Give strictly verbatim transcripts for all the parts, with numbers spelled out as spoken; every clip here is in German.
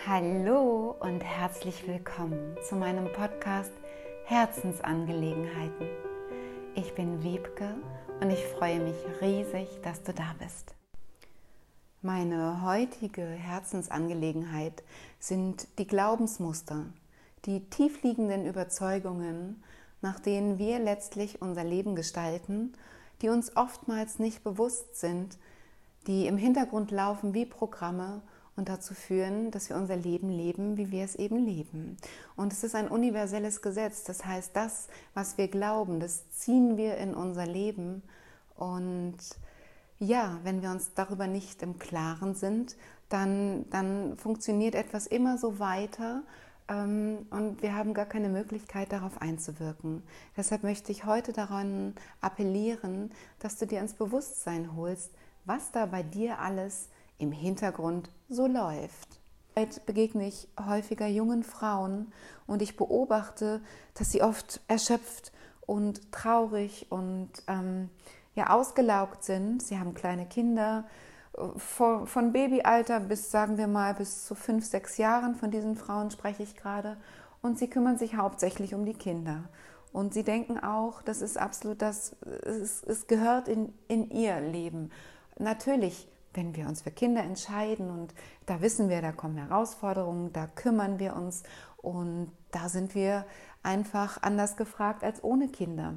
Hallo und herzlich willkommen zu meinem Podcast Herzensangelegenheiten. Ich bin Wiebke und ich freue mich riesig, dass du da bist. Meine heutige Herzensangelegenheit sind die Glaubensmuster, die tiefliegenden Überzeugungen, nach denen wir letztlich unser Leben gestalten, die uns oftmals nicht bewusst sind, die im Hintergrund laufen wie Programme und dazu führen, dass wir unser Leben leben, wie wir es eben leben. Und es ist ein universelles Gesetz, das heißt, das, was wir glauben, das ziehen wir in unser Leben. Und ja, wenn wir uns darüber nicht im Klaren sind, dann, dann funktioniert etwas immer so weiter ähm, und wir haben gar keine Möglichkeit, darauf einzuwirken. Deshalb möchte ich heute daran appellieren, dass du dir ins Bewusstsein holst, was da bei dir alles im Hintergrund so läuft. Heute begegne ich häufiger jungen Frauen und ich beobachte, dass sie oft erschöpft und traurig und ähm, ja, ausgelaugt sind. Sie haben kleine Kinder, von, von Babyalter bis, sagen wir mal, bis zu fünf, sechs Jahren, von diesen Frauen spreche ich gerade, und sie kümmern sich hauptsächlich um die Kinder. Und sie denken auch, das ist absolut das, es, es gehört in, in ihr Leben. Natürlich, wenn wir uns für Kinder entscheiden und da wissen wir, da kommen Herausforderungen, da kümmern wir uns und da sind wir einfach anders gefragt als ohne Kinder.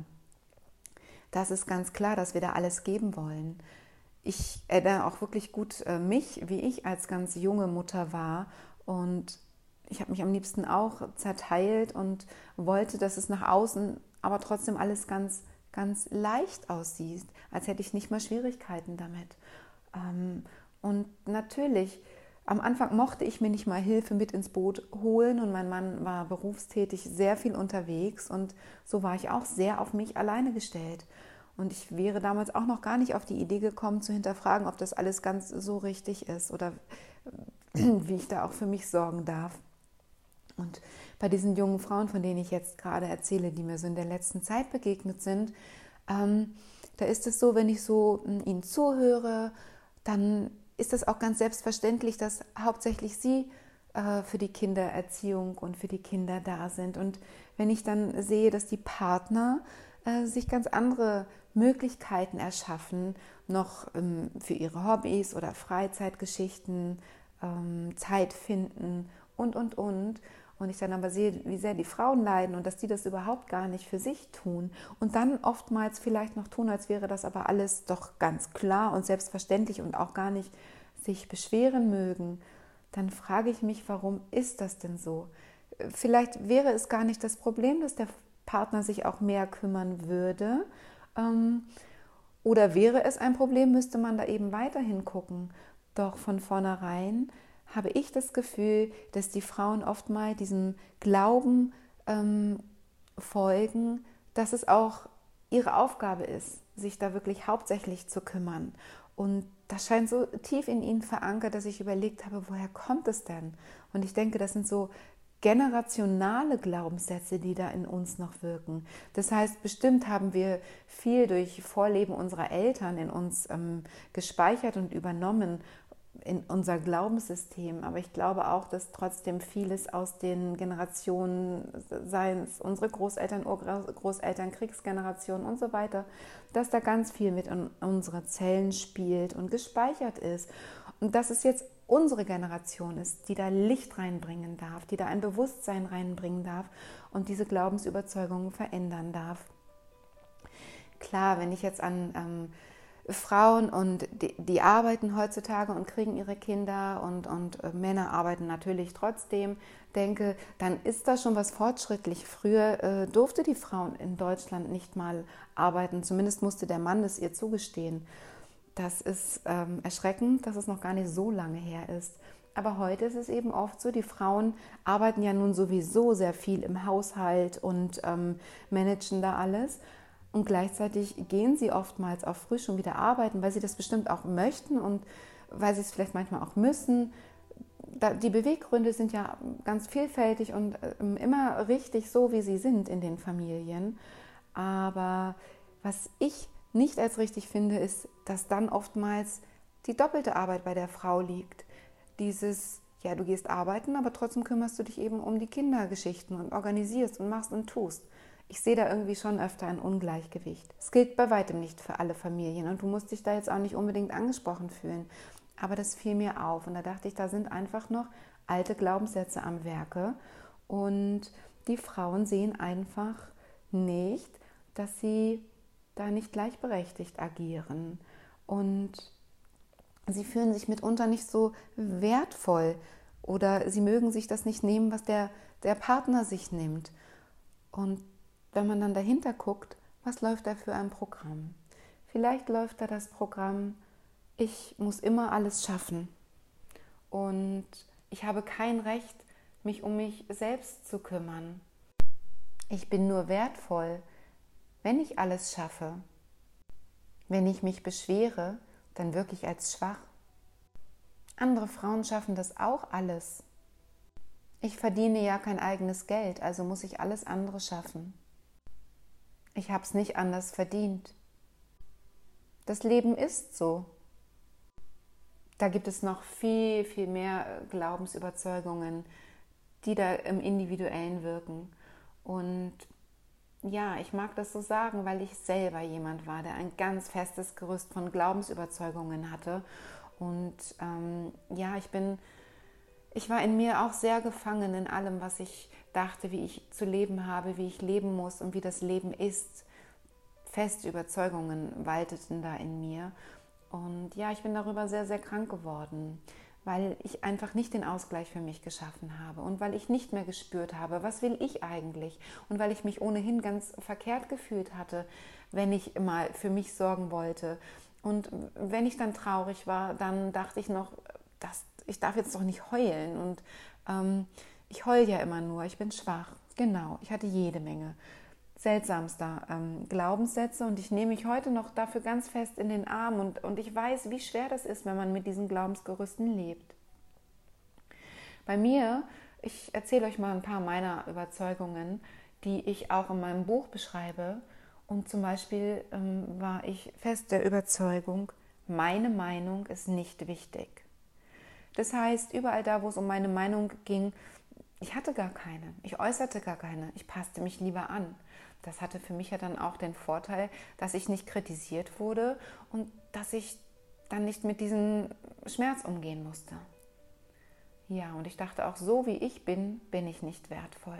Das ist ganz klar, dass wir da alles geben wollen. Ich erinnere auch wirklich gut mich, wie ich als ganz junge Mutter war, und ich habe mich am liebsten auch zerteilt und wollte, dass es nach außen aber trotzdem alles ganz, ganz leicht aussieht, als hätte ich nicht mal Schwierigkeiten damit. Und natürlich, am Anfang mochte ich mir nicht mal Hilfe mit ins Boot holen und mein Mann war berufstätig, sehr viel unterwegs und so war ich auch sehr auf mich alleine gestellt. Und ich wäre damals auch noch gar nicht auf die Idee gekommen, zu hinterfragen, ob das alles ganz so richtig ist oder wie ich da auch für mich sorgen darf. Und bei diesen jungen Frauen, von denen ich jetzt gerade erzähle, die mir so in der letzten Zeit begegnet sind, ähm, da ist es so, wenn ich so ihnen zuhöre, dann ist es auch ganz selbstverständlich, dass hauptsächlich sie äh, für die Kindererziehung und für die Kinder da sind. Und wenn ich dann sehe, dass die Partner äh, sich ganz andere Möglichkeiten erschaffen, noch ähm, für ihre Hobbys oder Freizeitgeschichten ähm, Zeit finden und, und, und. Und ich dann aber sehe, wie sehr die Frauen leiden und dass die das überhaupt gar nicht für sich tun und dann oftmals vielleicht noch tun, als wäre das aber alles doch ganz klar und selbstverständlich und auch gar nicht sich beschweren mögen, dann frage ich mich, warum ist das denn so? Vielleicht wäre es gar nicht das Problem, dass der Partner sich auch mehr kümmern würde. Oder wäre es ein Problem, müsste man da eben weiterhin gucken. Doch von vornherein habe ich das Gefühl, dass die Frauen oftmals diesem Glauben ähm, folgen, dass es auch ihre Aufgabe ist, sich da wirklich hauptsächlich zu kümmern. Und das scheint so tief in ihnen verankert, dass ich überlegt habe, woher kommt es denn? Und ich denke, das sind so generationale Glaubenssätze, die da in uns noch wirken. Das heißt, bestimmt haben wir viel durch Vorleben unserer Eltern in uns ähm, gespeichert und übernommen, in unser Glaubenssystem, aber ich glaube auch, dass trotzdem vieles aus den Generationen, seien es unsere Großeltern, Urgroßeltern, Kriegsgenerationen und so weiter, dass da ganz viel mit in unsere Zellen spielt und gespeichert ist und dass es jetzt unsere Generation ist, die da Licht reinbringen darf, die da ein Bewusstsein reinbringen darf und diese Glaubensüberzeugungen verändern darf. Klar, wenn ich jetzt an ähm, Frauen und die, die arbeiten heutzutage und kriegen ihre Kinder und, und äh, Männer arbeiten natürlich trotzdem, denke, dann ist das schon was fortschrittlich. Früher äh, durfte die Frau in Deutschland nicht mal arbeiten, zumindest musste der Mann es ihr zugestehen. Das ist ähm, erschreckend, dass es noch gar nicht so lange her ist. Aber heute ist es eben oft so, die Frauen arbeiten ja nun sowieso sehr viel im Haushalt und ähm, managen da alles. Und gleichzeitig gehen sie oftmals auch früh schon wieder arbeiten, weil sie das bestimmt auch möchten und weil sie es vielleicht manchmal auch müssen. Die Beweggründe sind ja ganz vielfältig und immer richtig so, wie sie sind in den Familien. Aber was ich nicht als richtig finde, ist, dass dann oftmals die doppelte Arbeit bei der Frau liegt. Dieses Ja, du gehst arbeiten, aber trotzdem kümmerst du dich eben um die Kindergeschichten und organisierst und machst und tust. Ich sehe da irgendwie schon öfter ein Ungleichgewicht. Es gilt bei weitem nicht für alle Familien und du musst dich da jetzt auch nicht unbedingt angesprochen fühlen. Aber das fiel mir auf und da dachte ich, da sind einfach noch alte Glaubenssätze am Werke und die Frauen sehen einfach nicht, dass sie da nicht gleichberechtigt agieren und sie fühlen sich mitunter nicht so wertvoll oder sie mögen sich das nicht nehmen, was der, der Partner sich nimmt. Und wenn man dann dahinter guckt, was läuft da für ein Programm? Vielleicht läuft da das Programm, ich muss immer alles schaffen und ich habe kein Recht, mich um mich selbst zu kümmern. Ich bin nur wertvoll, wenn ich alles schaffe. Wenn ich mich beschwere, dann wirke ich als schwach. Andere Frauen schaffen das auch alles. Ich verdiene ja kein eigenes Geld, also muss ich alles andere schaffen. Ich habe es nicht anders verdient. Das Leben ist so. Da gibt es noch viel, viel mehr Glaubensüberzeugungen, die da im Individuellen wirken. Und ja, ich mag das so sagen, weil ich selber jemand war, der ein ganz festes Gerüst von Glaubensüberzeugungen hatte. Und ähm, ja, ich bin, ich war in mir auch sehr gefangen in allem, was ich dachte, wie ich zu leben habe, wie ich leben muss und wie das Leben ist. Feste Überzeugungen walteten da in mir. Und ja, ich bin darüber sehr, sehr krank geworden, weil ich einfach nicht den Ausgleich für mich geschaffen habe und weil ich nicht mehr gespürt habe, was will ich eigentlich? Und weil ich mich ohnehin ganz verkehrt gefühlt hatte, wenn ich mal für mich sorgen wollte. Und wenn ich dann traurig war, dann dachte ich noch, das, ich darf jetzt doch nicht heulen. Und ähm, ich heule ja immer nur, ich bin schwach. Genau, ich hatte jede Menge seltsamster ähm, Glaubenssätze und ich nehme mich heute noch dafür ganz fest in den Arm und, und ich weiß, wie schwer das ist, wenn man mit diesen Glaubensgerüsten lebt. Bei mir, ich erzähle euch mal ein paar meiner Überzeugungen, die ich auch in meinem Buch beschreibe. Und zum Beispiel ähm, war ich fest der Überzeugung, meine Meinung ist nicht wichtig. Das heißt, überall da, wo es um meine Meinung ging, ich hatte gar keine, ich äußerte gar keine, ich passte mich lieber an. Das hatte für mich ja dann auch den Vorteil, dass ich nicht kritisiert wurde und dass ich dann nicht mit diesem Schmerz umgehen musste. Ja, und ich dachte auch, so wie ich bin, bin ich nicht wertvoll.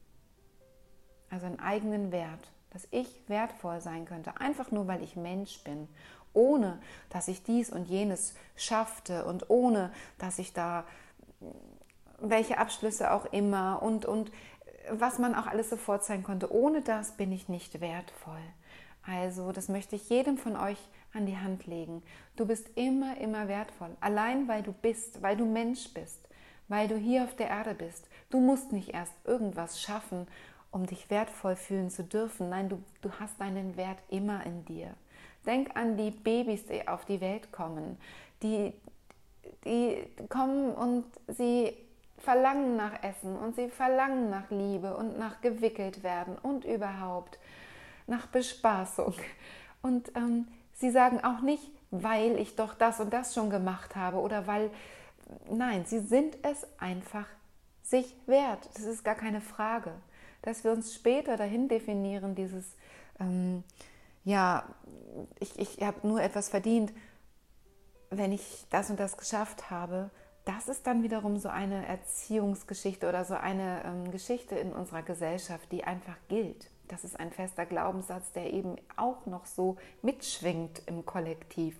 Also einen eigenen Wert, dass ich wertvoll sein könnte, einfach nur, weil ich Mensch bin, ohne dass ich dies und jenes schaffte und ohne, dass ich da welche Abschlüsse auch immer und, und was man auch alles so vorzeigen konnte. Ohne das bin ich nicht wertvoll. Also das möchte ich jedem von euch an die Hand legen. Du bist immer, immer wertvoll. Allein weil du bist, weil du Mensch bist, weil du hier auf der Erde bist. Du musst nicht erst irgendwas schaffen, um dich wertvoll fühlen zu dürfen. Nein, du, du hast deinen Wert immer in dir. Denk an die Babys, die auf die Welt kommen. Die, die kommen und sie verlangen nach Essen und sie verlangen nach Liebe und nach gewickelt werden und überhaupt nach Bespaßung. Und ähm, sie sagen auch nicht, weil ich doch das und das schon gemacht habe oder weil, nein, sie sind es einfach sich wert. Das ist gar keine Frage. Dass wir uns später dahin definieren, dieses, ähm, ja, ich, ich habe nur etwas verdient, wenn ich das und das geschafft habe. Das ist dann wiederum so eine Erziehungsgeschichte oder so eine ähm, Geschichte in unserer Gesellschaft, die einfach gilt. Das ist ein fester Glaubenssatz, der eben auch noch so mitschwingt im Kollektiv.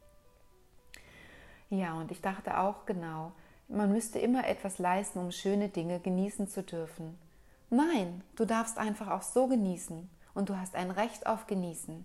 Ja, und ich dachte auch genau, man müsste immer etwas leisten, um schöne Dinge genießen zu dürfen. Nein, du darfst einfach auch so genießen und du hast ein Recht auf Genießen.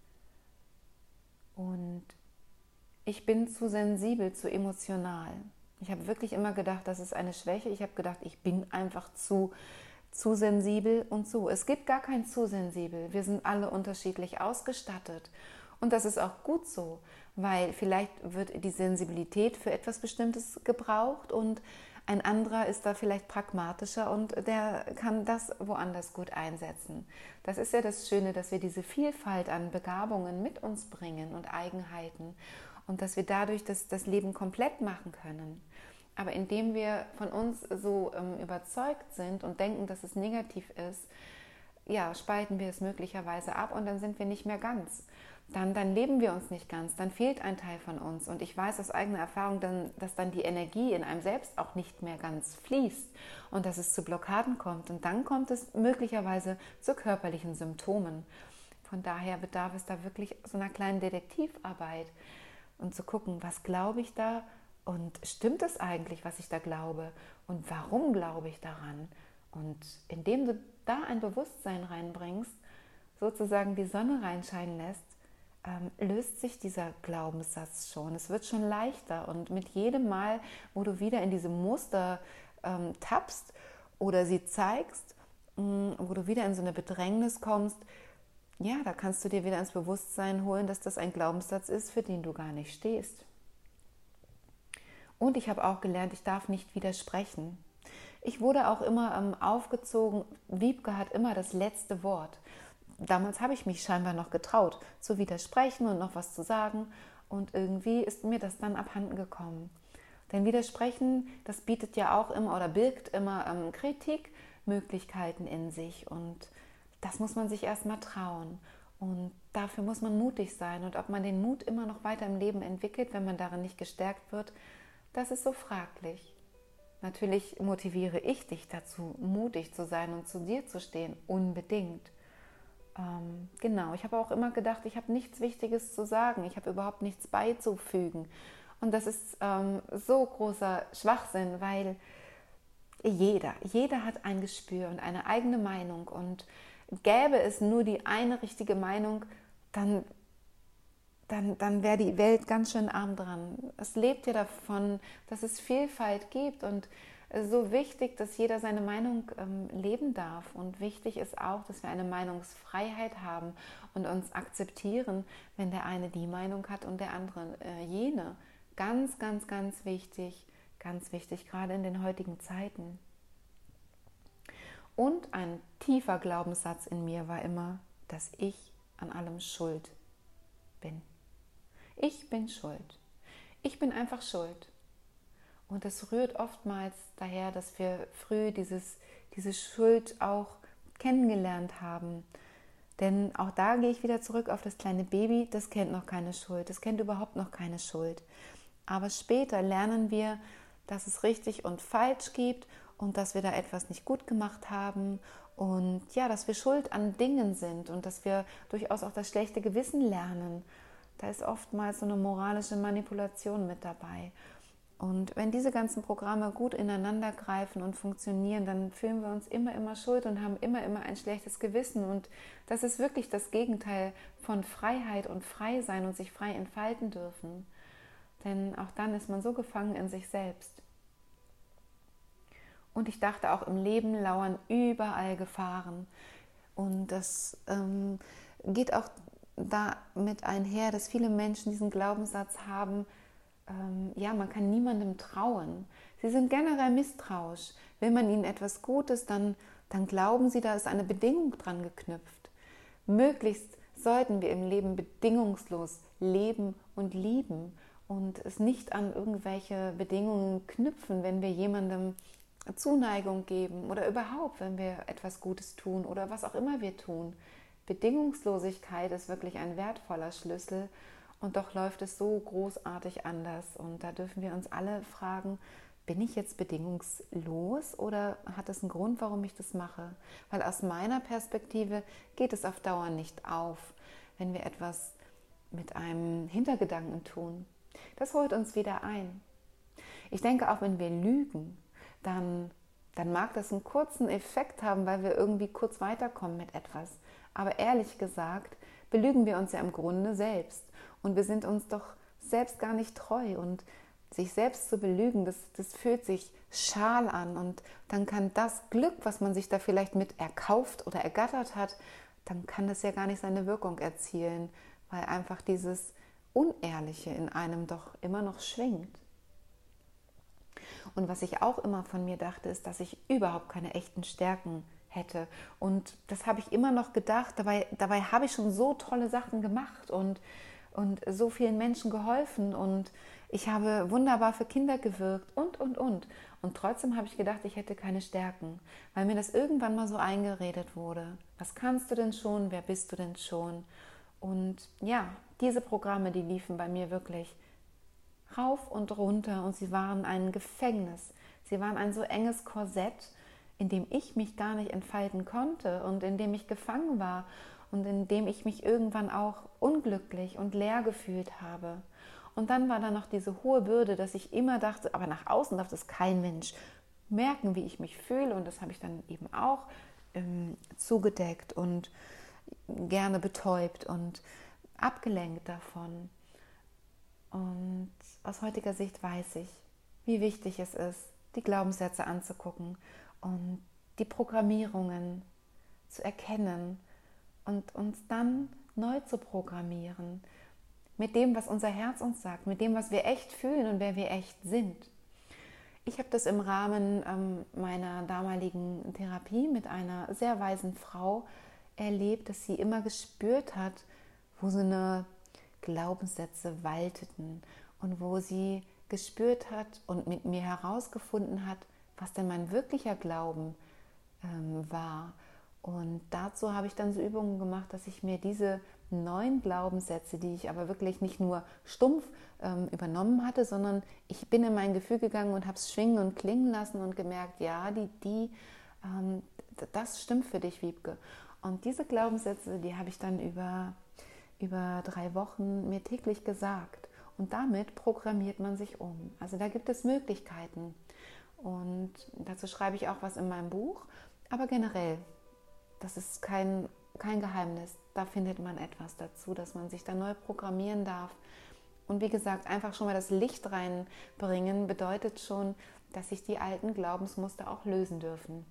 Und ich bin zu sensibel, zu emotional. Ich habe wirklich immer gedacht, das ist eine Schwäche. Ich habe gedacht, ich bin einfach zu, zu sensibel und so. Es gibt gar kein zu sensibel. Wir sind alle unterschiedlich ausgestattet. Und das ist auch gut so, weil vielleicht wird die Sensibilität für etwas Bestimmtes gebraucht und ein anderer ist da vielleicht pragmatischer und der kann das woanders gut einsetzen. Das ist ja das Schöne, dass wir diese Vielfalt an Begabungen mit uns bringen und Eigenheiten und dass wir dadurch das, das Leben komplett machen können. Aber indem wir von uns so ähm, überzeugt sind und denken, dass es negativ ist, ja, spalten wir es möglicherweise ab und dann sind wir nicht mehr ganz. Dann, dann leben wir uns nicht ganz, dann fehlt ein Teil von uns. Und ich weiß aus eigener Erfahrung, dann, dass dann die Energie in einem selbst auch nicht mehr ganz fließt und dass es zu Blockaden kommt. Und dann kommt es möglicherweise zu körperlichen Symptomen. Von daher bedarf es da wirklich so einer kleinen Detektivarbeit und zu gucken, was glaube ich da und stimmt es eigentlich, was ich da glaube und warum glaube ich daran? Und indem du da ein Bewusstsein reinbringst, sozusagen die Sonne reinscheinen lässt, ähm, löst sich dieser Glaubenssatz schon. Es wird schon leichter und mit jedem Mal, wo du wieder in diese Muster ähm, tappst oder sie zeigst, mh, wo du wieder in so eine Bedrängnis kommst, ja, da kannst du dir wieder ins Bewusstsein holen, dass das ein Glaubenssatz ist, für den du gar nicht stehst. Und ich habe auch gelernt, ich darf nicht widersprechen. Ich wurde auch immer ähm, aufgezogen, Wiebke hat immer das letzte Wort. Damals habe ich mich scheinbar noch getraut, zu widersprechen und noch was zu sagen. Und irgendwie ist mir das dann abhanden gekommen. Denn Widersprechen, das bietet ja auch immer oder birgt immer ähm, Kritikmöglichkeiten in sich. Und das muss man sich erstmal trauen. Und dafür muss man mutig sein. Und ob man den Mut immer noch weiter im Leben entwickelt, wenn man darin nicht gestärkt wird, das ist so fraglich. Natürlich motiviere ich dich dazu, mutig zu sein und zu dir zu stehen, unbedingt. Ähm, genau, ich habe auch immer gedacht, ich habe nichts Wichtiges zu sagen, ich habe überhaupt nichts beizufügen. Und das ist ähm, so großer Schwachsinn, weil jeder, jeder hat ein Gespür und eine eigene Meinung. Und gäbe es nur die eine richtige Meinung, dann dann, dann wäre die Welt ganz schön arm dran. Es lebt ja davon, dass es Vielfalt gibt und so wichtig, dass jeder seine Meinung ähm, leben darf. Und wichtig ist auch, dass wir eine Meinungsfreiheit haben und uns akzeptieren, wenn der eine die Meinung hat und der andere äh, jene. Ganz, ganz, ganz wichtig, ganz wichtig, gerade in den heutigen Zeiten. Und ein tiefer Glaubenssatz in mir war immer, dass ich an allem schuld bin. Ich bin schuld. Ich bin einfach schuld. Und das rührt oftmals daher, dass wir früh dieses, diese Schuld auch kennengelernt haben. Denn auch da gehe ich wieder zurück auf das kleine Baby, das kennt noch keine Schuld, das kennt überhaupt noch keine Schuld. Aber später lernen wir, dass es richtig und falsch gibt und dass wir da etwas nicht gut gemacht haben und ja, dass wir schuld an Dingen sind und dass wir durchaus auch das schlechte Gewissen lernen. Da ist oftmals so eine moralische Manipulation mit dabei. Und wenn diese ganzen Programme gut ineinander greifen und funktionieren, dann fühlen wir uns immer, immer schuld und haben immer, immer ein schlechtes Gewissen. Und das ist wirklich das Gegenteil von Freiheit und frei sein und sich frei entfalten dürfen. Denn auch dann ist man so gefangen in sich selbst. Und ich dachte, auch im Leben lauern überall Gefahren. Und das ähm, geht auch damit einher, dass viele Menschen diesen Glaubenssatz haben, ähm, ja, man kann niemandem trauen. Sie sind generell misstrauisch. Will man ihnen etwas Gutes, dann, dann glauben sie, da ist eine Bedingung dran geknüpft. Möglichst sollten wir im Leben bedingungslos leben und lieben und es nicht an irgendwelche Bedingungen knüpfen, wenn wir jemandem Zuneigung geben oder überhaupt, wenn wir etwas Gutes tun oder was auch immer wir tun. Bedingungslosigkeit ist wirklich ein wertvoller Schlüssel und doch läuft es so großartig anders. Und da dürfen wir uns alle fragen, bin ich jetzt bedingungslos oder hat es einen Grund, warum ich das mache? Weil aus meiner Perspektive geht es auf Dauer nicht auf, wenn wir etwas mit einem Hintergedanken tun. Das holt uns wieder ein. Ich denke, auch wenn wir lügen, dann, dann mag das einen kurzen Effekt haben, weil wir irgendwie kurz weiterkommen mit etwas. Aber ehrlich gesagt, belügen wir uns ja im Grunde selbst. Und wir sind uns doch selbst gar nicht treu. Und sich selbst zu belügen, das, das fühlt sich schal an. Und dann kann das Glück, was man sich da vielleicht mit erkauft oder ergattert hat, dann kann das ja gar nicht seine Wirkung erzielen, weil einfach dieses Unehrliche in einem doch immer noch schwingt. Und was ich auch immer von mir dachte, ist, dass ich überhaupt keine echten Stärken hätte. Und das habe ich immer noch gedacht. Dabei, dabei habe ich schon so tolle Sachen gemacht. Und und so vielen Menschen geholfen und ich habe wunderbar für Kinder gewirkt und, und, und. Und trotzdem habe ich gedacht, ich hätte keine Stärken, weil mir das irgendwann mal so eingeredet wurde. Was kannst du denn schon? Wer bist du denn schon? Und ja, diese Programme, die liefen bei mir wirklich rauf und runter und sie waren ein Gefängnis. Sie waren ein so enges Korsett, in dem ich mich gar nicht entfalten konnte und in dem ich gefangen war und in dem ich mich irgendwann auch unglücklich und leer gefühlt habe. Und dann war da noch diese hohe Bürde, dass ich immer dachte, aber nach außen darf das kein Mensch merken, wie ich mich fühle. Und das habe ich dann eben auch ähm, zugedeckt und gerne betäubt und abgelenkt davon. Und aus heutiger Sicht weiß ich, wie wichtig es ist, die Glaubenssätze anzugucken und die Programmierungen zu erkennen und uns dann neu zu programmieren. Mit dem, was unser Herz uns sagt, mit dem, was wir echt fühlen und wer wir echt sind. Ich habe das im Rahmen ähm, meiner damaligen Therapie mit einer sehr weisen Frau erlebt, dass sie immer gespürt hat, wo so eine Glaubenssätze walteten und wo sie gespürt hat und mit mir herausgefunden hat, was denn mein wirklicher Glauben ähm, war. Und dazu habe ich dann so Übungen gemacht, dass ich mir diese neuen Glaubenssätze, die ich aber wirklich nicht nur stumpf ähm, übernommen hatte, sondern ich bin in mein Gefühl gegangen und habe es schwingen und klingen lassen und gemerkt, ja, die, die, ähm, das stimmt für dich, Wiebke. Und diese Glaubenssätze, die habe ich dann über, über drei Wochen mir täglich gesagt. Und damit programmiert man sich um. Also da gibt es Möglichkeiten. Und dazu schreibe ich auch was in meinem Buch. Aber generell, das ist kein, kein Geheimnis. Da findet man etwas dazu, dass man sich da neu programmieren darf. Und wie gesagt, einfach schon mal das Licht reinbringen, bedeutet schon, dass sich die alten Glaubensmuster auch lösen dürfen.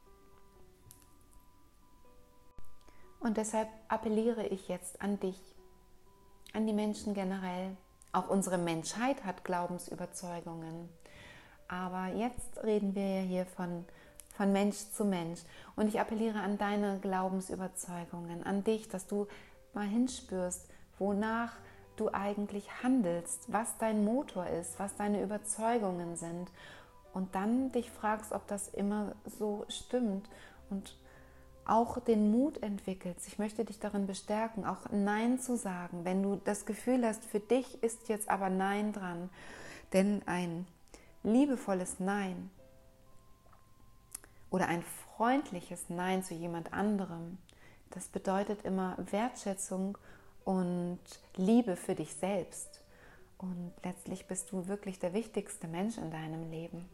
Und deshalb appelliere ich jetzt an dich, an die Menschen generell. Auch unsere Menschheit hat Glaubensüberzeugungen. Aber jetzt reden wir ja hier von, von Mensch zu Mensch. Und ich appelliere an deine Glaubensüberzeugungen, an dich, dass du mal hinspürst, wonach du eigentlich handelst, was dein Motor ist, was deine Überzeugungen sind. Und dann dich fragst, ob das immer so stimmt und auch den Mut entwickelst. Ich möchte dich darin bestärken, auch Nein zu sagen, wenn du das Gefühl hast, für dich ist jetzt aber Nein dran. Denn ein liebevolles Nein oder ein freundliches Nein zu jemand anderem, das bedeutet immer Wertschätzung und Liebe für dich selbst. Und letztlich bist du wirklich der wichtigste Mensch in deinem Leben.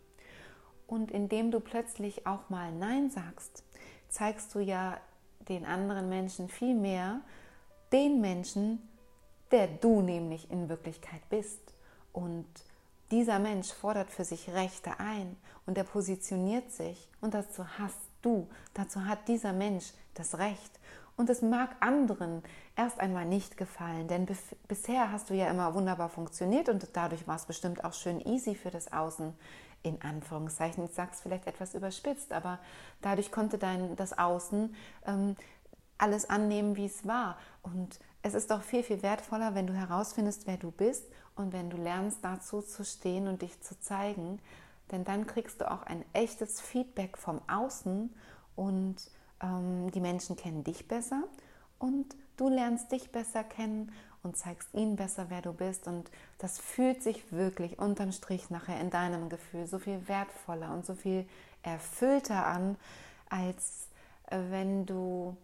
Und indem du plötzlich auch mal Nein sagst, zeigst du ja den anderen Menschen viel mehr, den Menschen, der du nämlich in Wirklichkeit bist. Und dieser Mensch fordert für sich Rechte ein und er positioniert sich und dazu hast du, dazu hat dieser Mensch das Recht. Und es mag anderen erst einmal nicht gefallen, denn be- bisher hast du ja immer wunderbar funktioniert und dadurch war es bestimmt auch schön easy für das Außen, in Anführungszeichen. Ich sage es vielleicht etwas überspitzt, aber dadurch konnte dein, das Außen ähm, alles annehmen, wie es war. Und es ist doch viel, viel wertvoller, wenn du herausfindest, wer du bist und wenn du lernst, dazu zu stehen und dich zu zeigen, denn dann kriegst du auch ein echtes Feedback vom Außen und ähm, die Menschen kennen dich besser und du lernst dich besser kennen und zeigst ihnen besser, wer du bist. Und das fühlt sich wirklich unterm Strich nachher in deinem Gefühl so viel wertvoller und so viel erfüllter an, als wenn du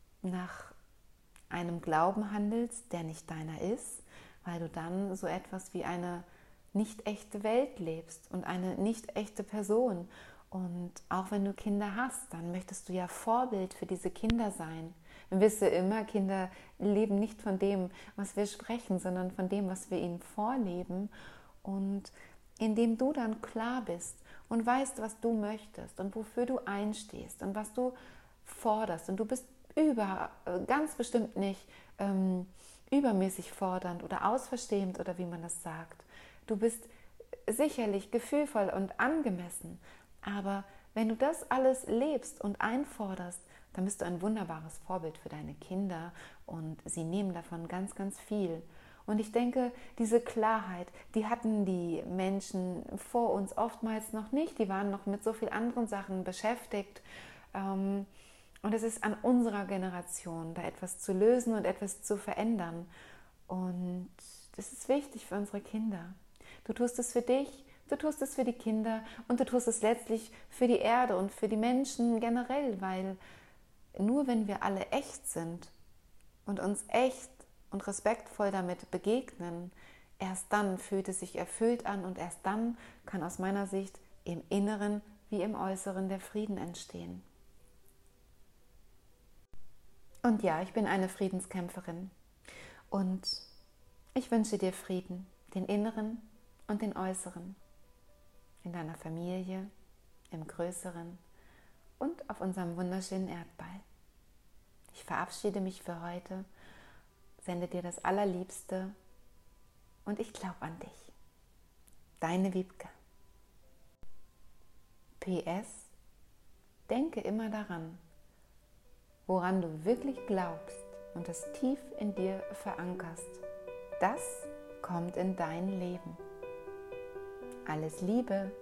nach einem Glauben handelst, der nicht deiner ist, weil du dann so etwas wie eine nicht echte Welt lebst und eine nicht echte Person. Und auch wenn du Kinder hast, dann möchtest du ja Vorbild für diese Kinder sein. Wir wissen immer, Kinder leben nicht von dem, was wir sprechen, sondern von dem, was wir ihnen vorleben. Und indem du dann klar bist und weißt, was du möchtest und wofür du einstehst und was du forderst, und du bist über, ganz bestimmt nicht ähm, übermäßig fordernd oder ausverstehend oder wie man das sagt. Du bist sicherlich gefühlvoll und angemessen, aber wenn du das alles lebst und einforderst, dann bist du ein wunderbares Vorbild für deine Kinder und sie nehmen davon ganz, ganz viel. Und ich denke, diese Klarheit, die hatten die Menschen vor uns oftmals noch nicht. Die waren noch mit so vielen anderen Sachen beschäftigt. Und es ist an unserer Generation, da etwas zu lösen und etwas zu verändern. Und das ist wichtig für unsere Kinder. Du tust es für dich, du tust es für die Kinder und du tust es letztlich für die Erde und für die Menschen generell, weil nur wenn wir alle echt sind und uns echt und respektvoll damit begegnen, erst dann fühlt es sich erfüllt an und erst dann kann aus meiner Sicht im Inneren wie im Äußeren der Frieden entstehen. Und ja, ich bin eine Friedenskämpferin und ich wünsche dir Frieden, den inneren und den äußeren, in deiner Familie, im Größeren und auf unserem wunderschönen Erdball. Ich verabschiede mich für heute, sende dir das Allerliebste und ich glaube an dich. Deine Wiebke. P S. Denke immer daran, woran du wirklich glaubst und es tief in dir verankerst. Das kommt in dein Leben. Alles Liebe!